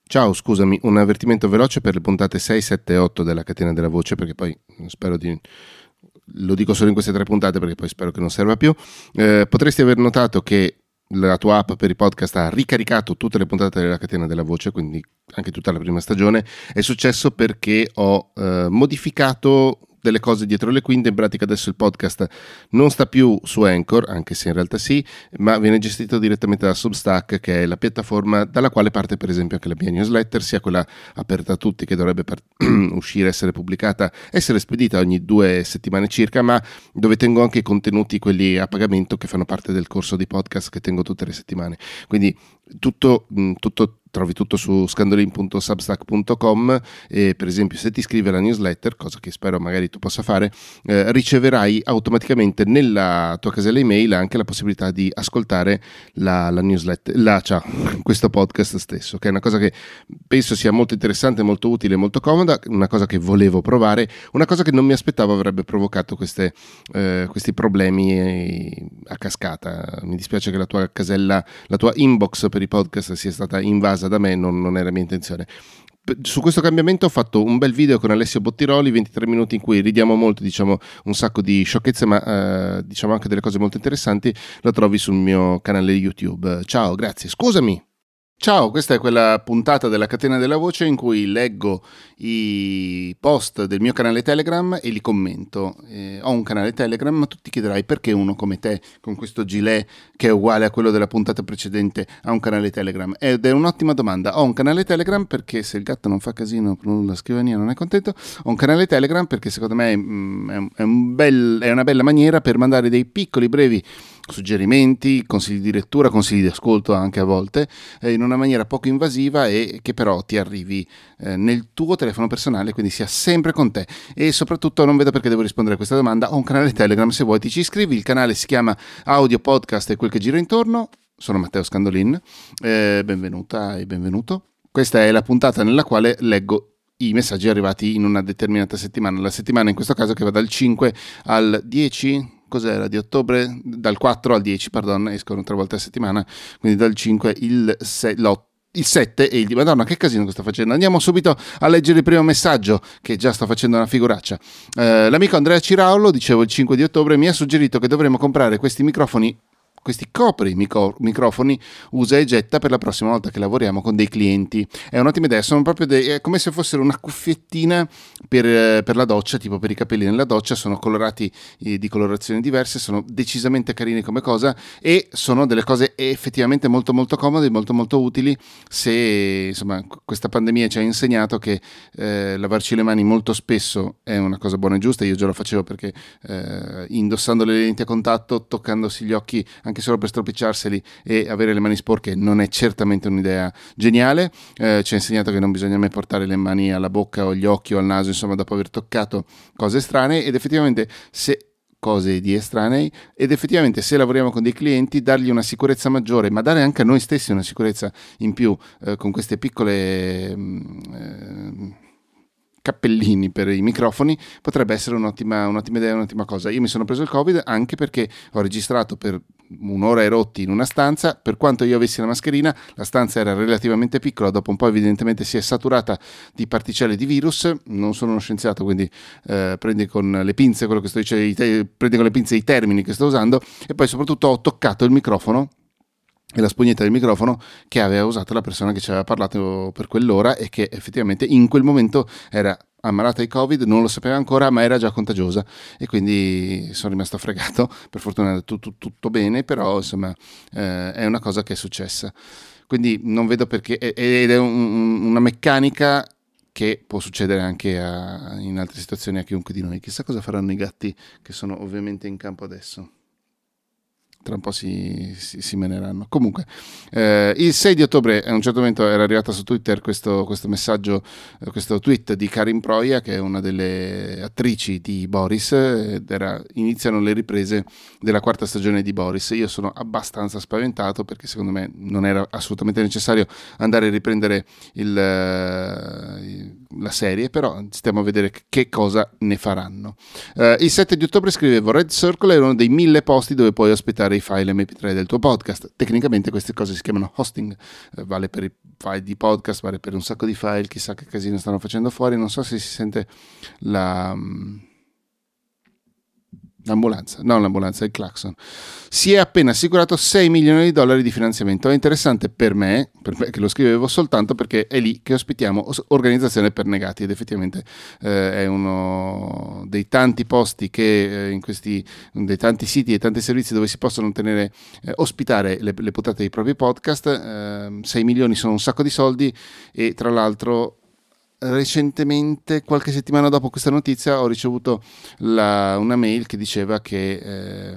Ciao, scusami, un avvertimento veloce per le puntate 6, 7 e 8 della Catena della Voce, perché poi spero di... Lo dico solo in queste 3 puntate perché poi spero che non serva più. Potresti aver notato che la tua app per i podcast ha ricaricato tutte le puntate della Catena della Voce, quindi anche tutta la prima stagione. È successo perché ho modificato delle cose dietro le quinte. In pratica adesso il podcast non sta più su Anchor, anche se in realtà sì, ma viene gestito direttamente da Substack, che è la piattaforma dalla quale parte per esempio anche la mia newsletter, sia quella aperta a tutti che dovrebbe uscire, essere pubblicata, essere spedita ogni 2 settimane circa, ma dove tengo anche i contenuti, quelli a pagamento, che fanno parte del corso di podcast che tengo tutte le settimane. Quindi trovi tutto su scandolin.substack.com e per esempio se ti iscrivi alla newsletter, cosa che spero magari tu possa fare, riceverai automaticamente nella tua casella email anche la possibilità di ascoltare la newsletter, questo podcast stesso, che è una cosa che penso sia molto interessante, molto utile, molto comoda, una cosa che volevo provare, una cosa che non mi aspettavo avrebbe provocato questi problemi a cascata. Mi dispiace che la tua casella, la tua inbox per i podcast sia stata invasa da me, non era mia intenzione. Su questo cambiamento ho fatto un bel video con Alessio Bottiroli, 23 minuti in cui ridiamo molto, diciamo un sacco di sciocchezze, ma diciamo anche delle cose molto interessanti. Lo trovi sul mio canale YouTube. Ciao, grazie. Scusami. Ciao, questa è quella puntata della Catena della Voce in cui leggo i post del mio canale Telegram e li commento. Ho un canale Telegram, ma tu ti chiederai perché uno come te, con questo gilet che è uguale a quello della puntata precedente, ha un canale Telegram. Ed è un'ottima domanda. Ho un canale Telegram perché, se il gatto non fa casino sulla scrivania non è contento, ho un canale Telegram perché secondo me è una bella maniera per mandare dei piccoli, brevi suggerimenti, consigli di lettura, consigli di ascolto anche a volte, in una maniera poco invasiva e che però ti arrivi nel tuo telefono personale, quindi sia sempre con te. E soprattutto non vedo perché devo rispondere a questa domanda. Ho un canale Telegram, se vuoi ti ci iscrivi. Il canale si chiama Audio Podcast e quel che gira intorno. Sono Matteo Scandolin, benvenuta e benvenuto. Questa è la puntata nella quale leggo i messaggi arrivati in una determinata settimana. La settimana in questo caso che va dal 5 al 10, cos'era, di ottobre, dal 4 al 10, escono 3 volte a settimana, quindi dal 5 il 7 e il 10. Madonna, che casino che sto facendo. Andiamo subito a leggere il primo messaggio, che già sto facendo una figuraccia. L'amico Andrea Ciraulo, dicevo il 5 di ottobre, mi ha suggerito che dovremmo comprare questi microfoni, questi microfoni usa e getta per la prossima volta che lavoriamo con dei clienti. È un'ottima idea, sono proprio è come se fossero una cuffiettina per la doccia, tipo per i capelli nella doccia, sono colorati di colorazioni diverse, sono decisamente carini come cosa e sono delle cose effettivamente molto molto comode, molto molto utili se insomma questa pandemia ci ha insegnato che lavarci le mani molto spesso è una cosa buona e giusta. Io già lo facevo perché indossando le lenti a contatto, toccandosi gli occhi anche solo per stropicciarseli e avere le mani sporche non è certamente un'idea geniale. Ci ha insegnato che non bisogna mai portare le mani alla bocca o agli occhi o al naso, insomma, dopo aver toccato cose strane, ed effettivamente cose di estranei, ed effettivamente se lavoriamo con dei clienti, dargli una sicurezza maggiore, ma dare anche a noi stessi una sicurezza in più con queste piccole cappellini per i microfoni potrebbe essere un'ottima idea, un'ottima cosa. Io mi sono preso il Covid anche perché ho registrato per 1 ora e rotti in una stanza. Per quanto io avessi la mascherina, la stanza era relativamente piccola, dopo un po' evidentemente si è saturata di particelle di virus. Non sono uno scienziato, quindi prendi con le pinze quello che sto dicendo, prendi con le pinze i termini che sto usando, e poi soprattutto ho toccato il microfono e la spugnetta del microfono che aveva usato la persona che ci aveva parlato per quell'ora e che effettivamente in quel momento era ammalata di Covid, non lo sapeva ancora, ma era già contagiosa, e quindi sono rimasto fregato. Per fortuna tutto bene, però insomma è una cosa che è successa, quindi non vedo perché, ed è una meccanica che può succedere anche in altre situazioni a chiunque di noi. Chissà cosa faranno i gatti che sono ovviamente in campo adesso. Tra un po' si meneranno. Comunque il 6 di ottobre a un certo momento era arrivata su Twitter questo messaggio, questo tweet di Karin Proia, che è una delle attrici di Boris, iniziano le riprese della 4ª stagione di Boris. Io sono abbastanza spaventato perché secondo me non era assolutamente necessario andare a riprendere la serie, però stiamo a vedere che cosa ne faranno. Il 7 di ottobre scrivevo: Red Circle è uno dei 1000 posti dove puoi ospitare i file MP3 del tuo podcast. Tecnicamente queste cose si chiamano hosting, vale per i file di podcast, vale per un sacco di file, chissà che casino stanno facendo fuori, non so se si sente l'ambulanza, il clacson. Si è appena assicurato $6 milioni di finanziamento. È interessante per me che lo scrivevo soltanto perché è lì che ospitiamo Organizzazione per Negati, ed effettivamente è uno dei tanti posti che in questi, dei tanti siti e tanti servizi dove si possono ospitare le puntate dei propri podcast. 6 milioni sono un sacco di soldi, e tra l'altro recentemente, qualche settimana dopo questa notizia, ho ricevuto una mail che diceva che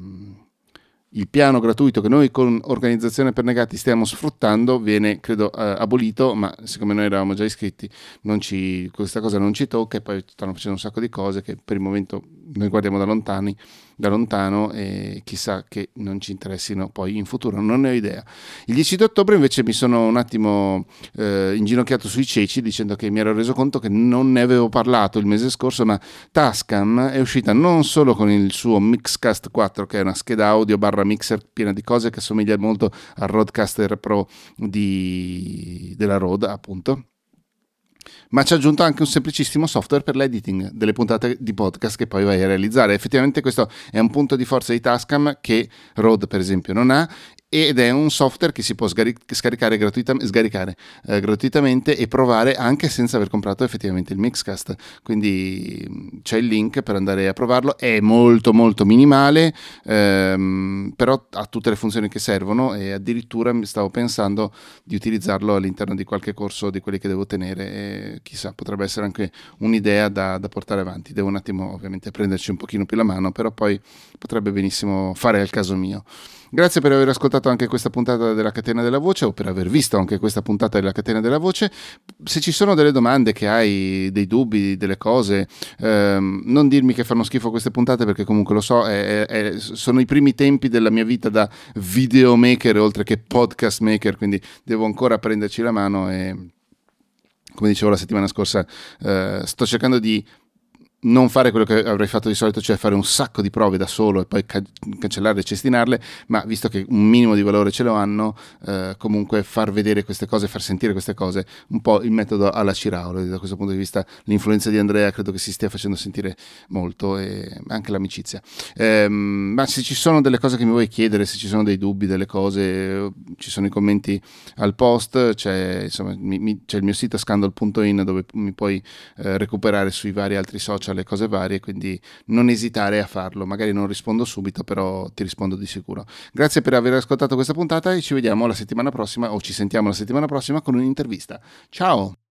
il piano gratuito che noi con Organizzazione per Negati stiamo sfruttando viene, credo, abolito, ma siccome noi eravamo già iscritti questa cosa non ci tocca, e poi stanno facendo un sacco di cose che per il momento noi guardiamo da lontano, e chissà che non ci interessino poi in futuro, non ne ho idea. Il 10 di ottobre invece mi sono un attimo inginocchiato sui ceci, dicendo che mi ero reso conto che non ne avevo parlato il mese scorso, ma Tascam è uscita non solo con il suo Mixcast 4, che è una scheda audio / mixer piena di cose che assomiglia molto al Rodecaster Pro della Rode, appunto, ma ci ha aggiunto anche un semplicissimo software per l'editing delle puntate di podcast che poi vai a realizzare. Effettivamente questo è un punto di forza di Tascam che Rode per esempio non ha, ed è un software che si può scaricare gratuitamente e provare anche senza aver comprato effettivamente il Mixcast. Quindi c'è il link per andare a provarlo. È molto molto minimale, però ha tutte le funzioni che servono, e addirittura mi stavo pensando di utilizzarlo all'interno di qualche corso di quelli che devo tenere, e chissà, potrebbe essere anche un'idea da portare avanti. Devo un attimo ovviamente prenderci un pochino più la mano, però poi potrebbe benissimo fare al caso mio. Grazie per aver ascoltato anche questa puntata della Catena della Voce, o per aver visto anche questa puntata della Catena della Voce. Se ci sono delle domande che hai, dei dubbi, delle cose, non dirmi che fanno schifo queste puntate, perché comunque lo so, sono i primi tempi della mia vita da videomaker oltre che podcast maker, quindi devo ancora prenderci la mano, e come dicevo la settimana scorsa, sto cercando di non fare quello che avrei fatto di solito, cioè fare un sacco di prove da solo e poi cancellarle e cestinarle, ma visto che un minimo di valore ce lo hanno, comunque far vedere queste cose, far sentire queste cose, un po' il metodo alla Ciraulo. Da questo punto di vista l'influenza di Andrea credo che si stia facendo sentire molto, e anche l'amicizia. Ma se ci sono delle cose che mi vuoi chiedere, se ci sono dei dubbi, delle cose, ci sono i commenti al post, c'è il mio sito scandal.in dove mi puoi recuperare sui vari altri social le cose varie, quindi non esitare a farlo. Magari non rispondo subito, però ti rispondo di sicuro. Grazie per aver ascoltato questa puntata, e ci vediamo la settimana prossima, o ci sentiamo la settimana prossima con un'intervista. Ciao!